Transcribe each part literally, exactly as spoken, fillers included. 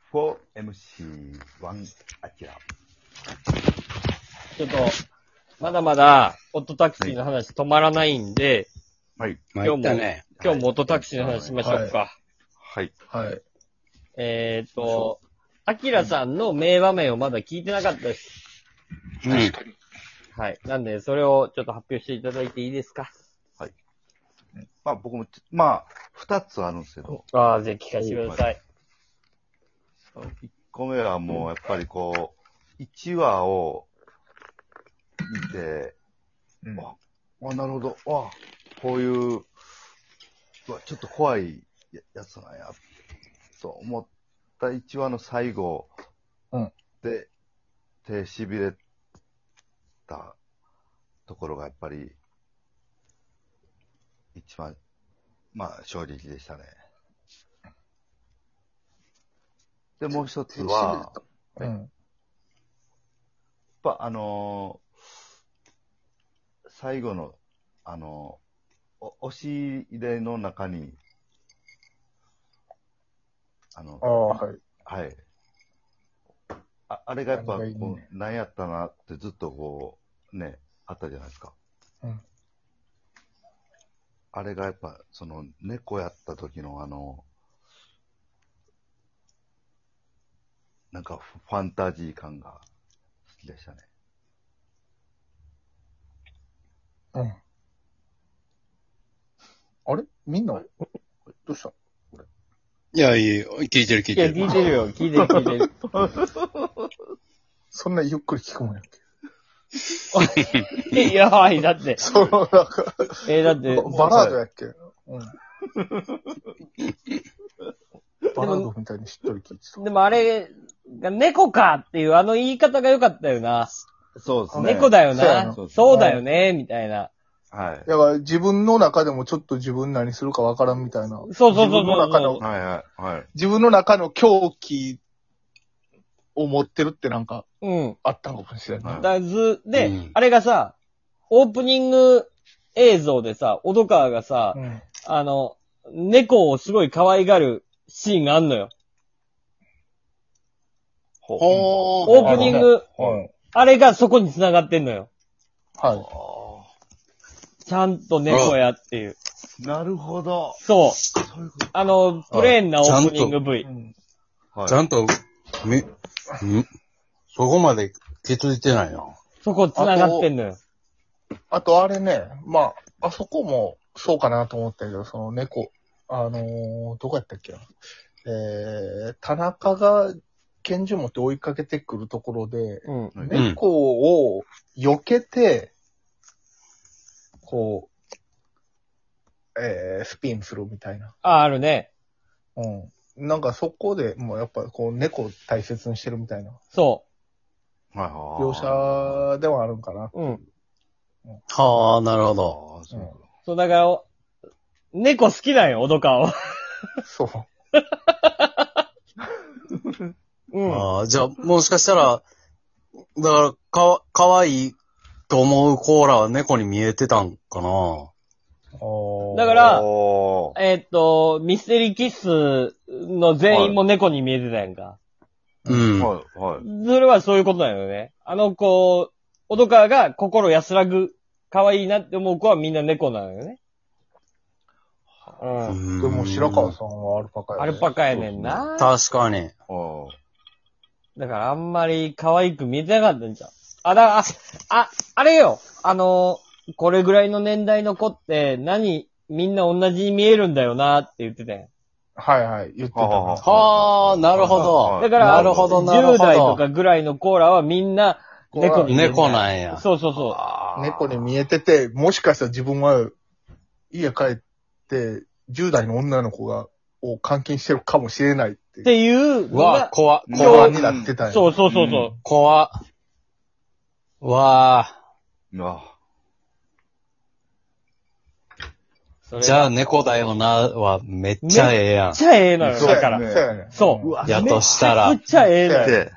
フォーエムシーワン アキラ。 ちょっと、まだまだ、オットタクシーの話止まらないんで、 はい。 今日も、 ね、 今日もオットタクシーの話しましょうか。 はい。 はい。 えーっと、アキラさんの名場面をまだ聞いてなかったです。 確かに。 はい。なんで、それをちょっと発表していただいていいですか？ はい。まあ僕も、まあ、二つあるんですけど。 ああ、ぜひ聞かせてください。 一個目はもうやっぱりこう、一話を見て、うん、あ、あ、なるほど、あ、こういう、うわ、ちょっと怖いやつなんや、と思った一話の最後で、手痺れたところがやっぱり、一番、まあ、正直でしたね。で、もう一つは、 うん、 やっぱ、あのー、最後の、あのー、お押し入れの中に、あの、 ああ、はい。 はい。あ, あれがやっぱこう、 いいね、 何やったなってずっとこう、ね、あったじゃないですか。 うん。 あれがやっぱ、その、猫やった時のあの、なんかファンタジー感が好きでしたね。 うん。あれみんな、どうしたいや、いいよ。聞いてる聞いてる。 いや、聞いてるよ。聞いてる聞いてる。 そんなゆっくり聞くもんやっけ。いや、はい、だって。 その、なんか、 えー、だって。 バラードやっけ、うん。バラードみたいにしっとり聞いてた。 でもあれが猫かっていうあの言い方が良かったよな。 そうですね。 猫だよな。 そう, そうだよね、みたいな。 はい。 だから自分の中でもちょっと自分何するかわからんみたいな。 そうそうそうそう。 自分の中の、 はいはいはい。 自分の中の狂気を持ってるってなんか、 うん。 あったのかもしれない。 はい、 だずで、 うん、 あれがさ、オープニング映像でさ、小戸川がさ、うん、あの、猫をすごい可愛がるシーンがあんのよ。 ほー。 オープニング、あ, あれがそこに繋がってんのよ。 はい。 ちゃんと猫やっていう。 なるほど。 そう。あの、プレーンなオープニング V。 ちゃんと、み、んそこまで気づいてないな。 そこ繋がってんのよ。 あとあれね、まあ、あそこもそうかなと思ったけど、その猫、あのー、どこやったっけな。えー、田中が拳銃持って追いかけてくるところで、うん、猫を避けて、こう、えー、スピンするみたいな。 あ、あるね。 うん。なんかそこでもうやっぱこう猫を大切にしてるみたいな。 そう。 描写ではあるんかな。 うん。 はあ、なるほど。 うん、そう、だから、猫好きなんよ、小戸川は。 そう。 うん、ああ、じゃあ、もしかしたら、だから、かわ、かわいいと思うコーラは猫に見えてたんかな。 だから、えー、っと、ミステリーキッスの全員も猫に見えてたやんか。 うん。 はい、はい。 それはそういうことなのよね。あの子、小戸川が心安らぐ、可愛いなって思う子はみんな猫なのよね。 うん。でも白川さんはアルパカやね。アルパカやねんな。 確かに。 だからあんまり可愛く見えてなかったんじゃん。あ、だ、あ、あ、あれよ。あの、これぐらいの年代の子って何、みんな同じに見えるんだよなって言ってたやん。 はいはい、言ってた。 はあ、なるほど。 だから、 なるほどなるほど。 じゅう代とかぐらいのコーラはみんな猫に見えて猫なんや。 そうそうそう。 猫に見えてて、もしかしたら自分は家帰って、じゅう代の女の子が、を監禁してるかもしれないって。 っていうのが。わ、怖、 怖になってたんや。 そうそうそうそう。うん、 怖。わあ。 うわ。 じゃあ猫だよなはめっちゃええやん。 めっちゃええのよ。だから。そう。 やとしたら。 めっちゃええのよ。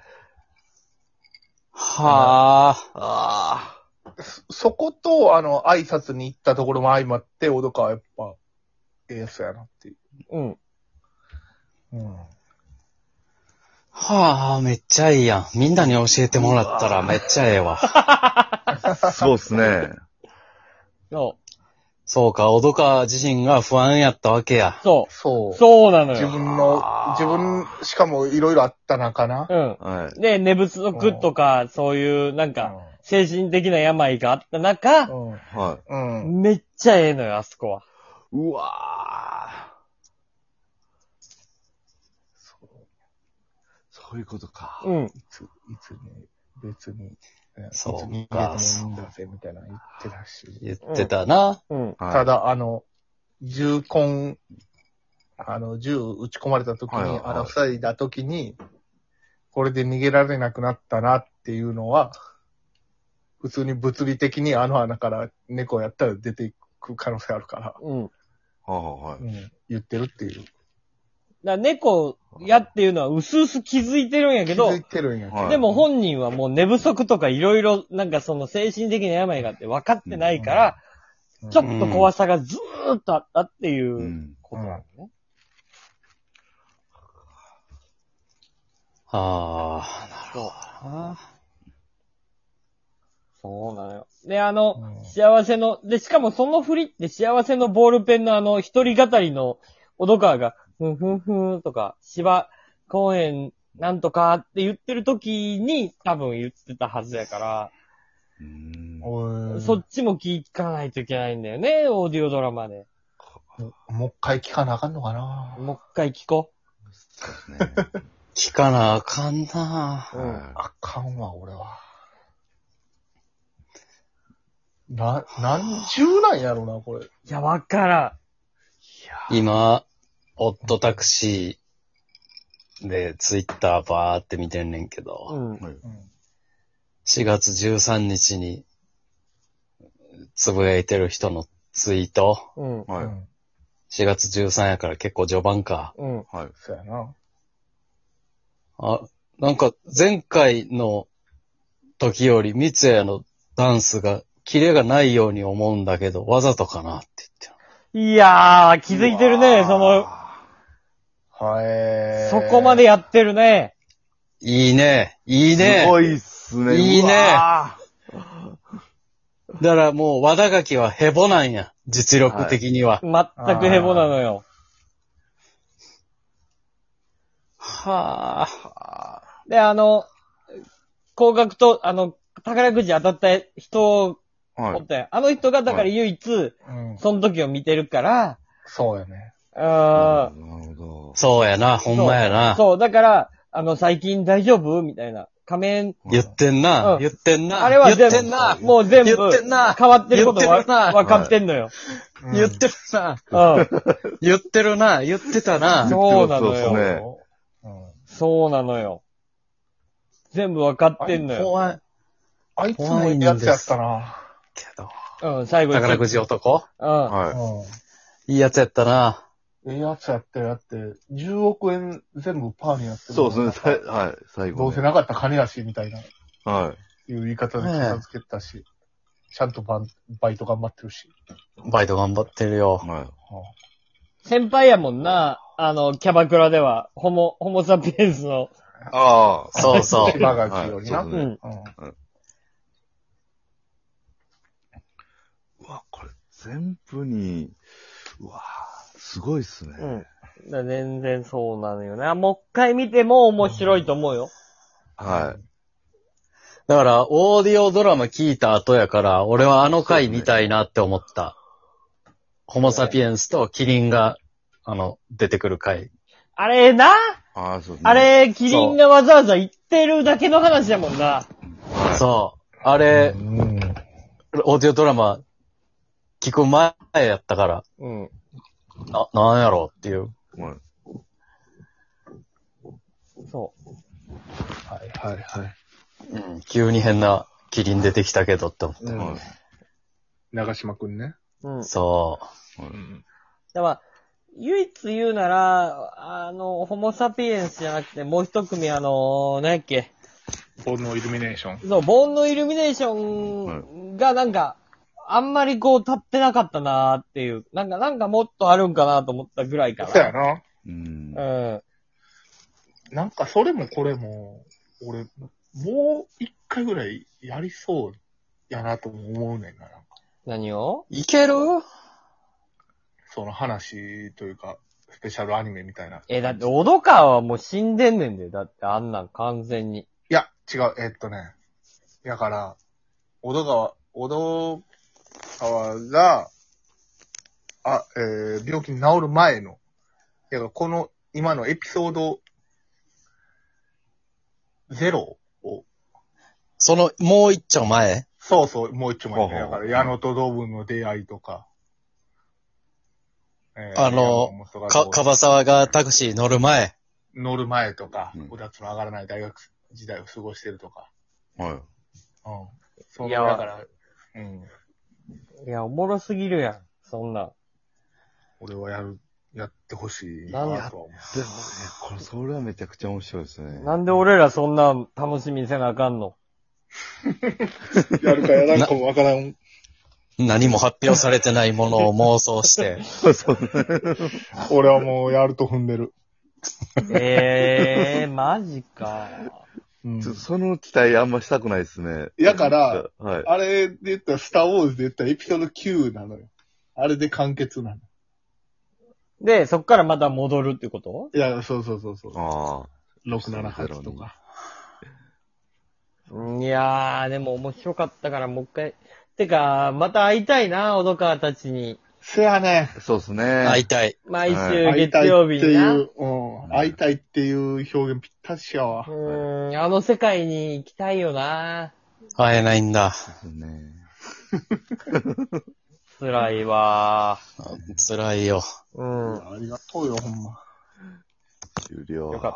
はあ。 ああ。そこと、あの、挨拶に行ったところも相まって、小戸川やっぱ、ええやつやなっていう。 うん。 うん。 はあ、めっちゃいいやん。みんなに教えてもらったらめっちゃええわ。 そうっすね。 そそうか、小戸川自身が不安やったわけや。 う。そ。 そうう。 そうなのよ。 自分の、自分、しかもいろいろあった中な。 うん。 はい。 で、寝不足とか、そういう、なんか、精神的な病があった中、 うん。 はうん。 めっちゃええのよ、あそこは。 い。うわー。そう。そういうことか。 うん。 いつ、いつに、別に、ねそういつ逃げてもいいんだぜ、みたいなの言ってたし。 言ってたな。 うん。 はいた、だ、あの、銃痕、あの、銃撃ち込まれた時に、 はいはいはいあら塞いだ時に、これで逃げられなくなったなっていうのは、普通に物理的にあの穴から猫やったら出ていく可能性あるから、 うん。だかはあはうん、言ってるっていう。 ら猫やっていうのは薄々気づいてるんやけど気づ、いてるんやけど。 はいでも本人はもう寝不足とかいろいろ、なんかその精神的な病があって分かってないから、 うんちょっと怖さがずーっとあったっていい。う。 うんことなのね。 ああ、なるそう。 ほどな。 そうなのよ。で、あの、 うん幸せの、で、しかもその振りって幸せのボールペンのあの、一人語りの小戸川が、ふんふんふんとか、芝公園なんとかって言ってる時に多分言ってたはずやから、 うーん。 おいそっちも聞かないといけないんだよね、オーディオドラマで。 ももう一回聞かなあかんのかな。 もう一回聞こそうですね。 聞かなあかんな。 う。うん。 はあかんわ、俺は。な、何十なんやろな、これ。 いや、わから今、オットタクシーでツイッターバーって見てんねんけん。うど、 ん。 い。はい。 うん。 しがつじゅうさんにちにつぶやいてる人のツイート、 うん。 はい。 うん。 しがつじゅうさんやから結構序盤か。 うん。 はい。 そうやな。 あ、なんか前回の時より三ツ矢のダンスがキレがないように思うんだけど、わざとかなって言っていやー、気づいてるね、その、 はい。 そこまでやってるね。 る。いいね。いいね。 すごいっすね。 いいねうわだからもう和田垣はヘボなんや。実力的には。 全くヘボなのよ。 はあ。 ーで、あの、高額と、あの、宝くじ当たった人はい。 おったやん。あの人が、だから唯一、 うん。 その時を見てるから、 そうやね。 あーなるほど。 そうやな。ほんまやな。 そう、だから、あの、最近大丈夫みたいな。仮面、 言ってんな。 うん言ってんな。 あれは全部言ってんな。 もう全部、 言ってんな変わってること言ってるなは分かってんのよ。 うん言ってるな。 うん。 言ってるな。言ってたな。 そうなのそうですねよ。 うん。 そうなのよ。全部分かってんのよ。 怖いあいつもいいやつやったな。 けど。 うん、最後に。 宝くじ男うん。 はうん。 いいやつやったな。 ええやつやってやって、じゅうおくえん全部パーにやってい。そうですね。さね。 はい。最後、ね。 どうせなかった金やし、みたいな、 はい。 いう言い方で片付けたし、ちゃんとバンバイト頑張ってるし。 バイト頑張ってるよ。 はい。 先輩やもんな。あの、キャバクラでは、ホモ、ホモサピエンスの。 ああ。 そうそう。 柴垣よりな。 はいそうですねうん。 うん。 うわ、これ、全部に、うわ、すごいっすね。 うん。だ全然そうなのよね。もう一回見ても面白いと思うよ。 はい。 だから、オーディオドラマ聞いた後やから、俺はあの回見たいなって思った。ホモサピエンスとキリンが、あの、出てくる回。 あれな、 ああ、そうですね。 あれ、キリンがわざわざ言ってるだけの話だもんな。 そう。あれ、 うん。 オーディオドラマ、聞く前やったから、 うん。 な、なんやろうっていう。 はい。 そはいはいはい。 うん、急に変なキリン出てきたけどって思っうんはい。 長島くんね。 う。うん。 た。そうん。 だから、唯一言うなら、あの、ホモサピエンスじゃなくて、もう一組あの、何やっけ。 ボールのイルミネーション。 そう、ボーンのイルミネーションがなんか、あんまりこう立ってなかったなーっていう。なんか、なんかもっとあるんかなと思ったぐらいかな。 そうやな。 うん。 うん。 なんかそれもこれも、俺、もう一回ぐらいやりそうやなとも思うねんな、なんか。 何をいけるその話というか、スペシャルアニメみたいな。 え、だって、小戸川はもう死んでんねんで。だって、あんなん完全に。 いや、違う、えっとね。だから、小戸川、小戸川が、あ、えー、病気に治る前の、だからこの、今のエピソード、ゼロを、 その、もう一丁前そうそう、もう一丁前ね。 ほうほうだから、矢野とドブの出会いとか、えあの山本がか、かばさわがタクシー乗る前。 乗る前とかうん、 おだつの上がらない大学時代を過ごしてるとか。 はい。 うん。その、 いやだから、うん。 いや、おもろすぎるやん。そんなん。 俺はやる、やってほしいなんなとは思でもね、これ、それはめちゃくちゃ面白いですね。 なんで俺らそんな楽しみにせなあかんの？ う。やるかやらんかもわからん。 何も発表されてないものを妄想して。 そうそう。 俺はもうやると踏んでる。 ええー、マジか。 うん。 ちょその期待あんましたくないですね。 やから、 はい。 あれで言ったら、スターウォーズで言ったらエピソードきゅうなのよ。あれで完結なの。 で、そっからまた戻るってこと？ いや、そうそうそうそう。 ああ。 ろくななはちとか。 いやー、でも面白かったからもう一回。てか、また会いたいな、小戸川たちに。 せやね。 そうですね。 会いたい。 毎は週月会いたい曜日にな。 っていう、うん。会いたいっていう表現ぴったしやわう。ーん、あの世界に行きたいよな。 会えないんだ。 そうですね。 辛いわ辛いよ。 ー。うん。 ありがとうよ、ほんま。 終了。 よかった。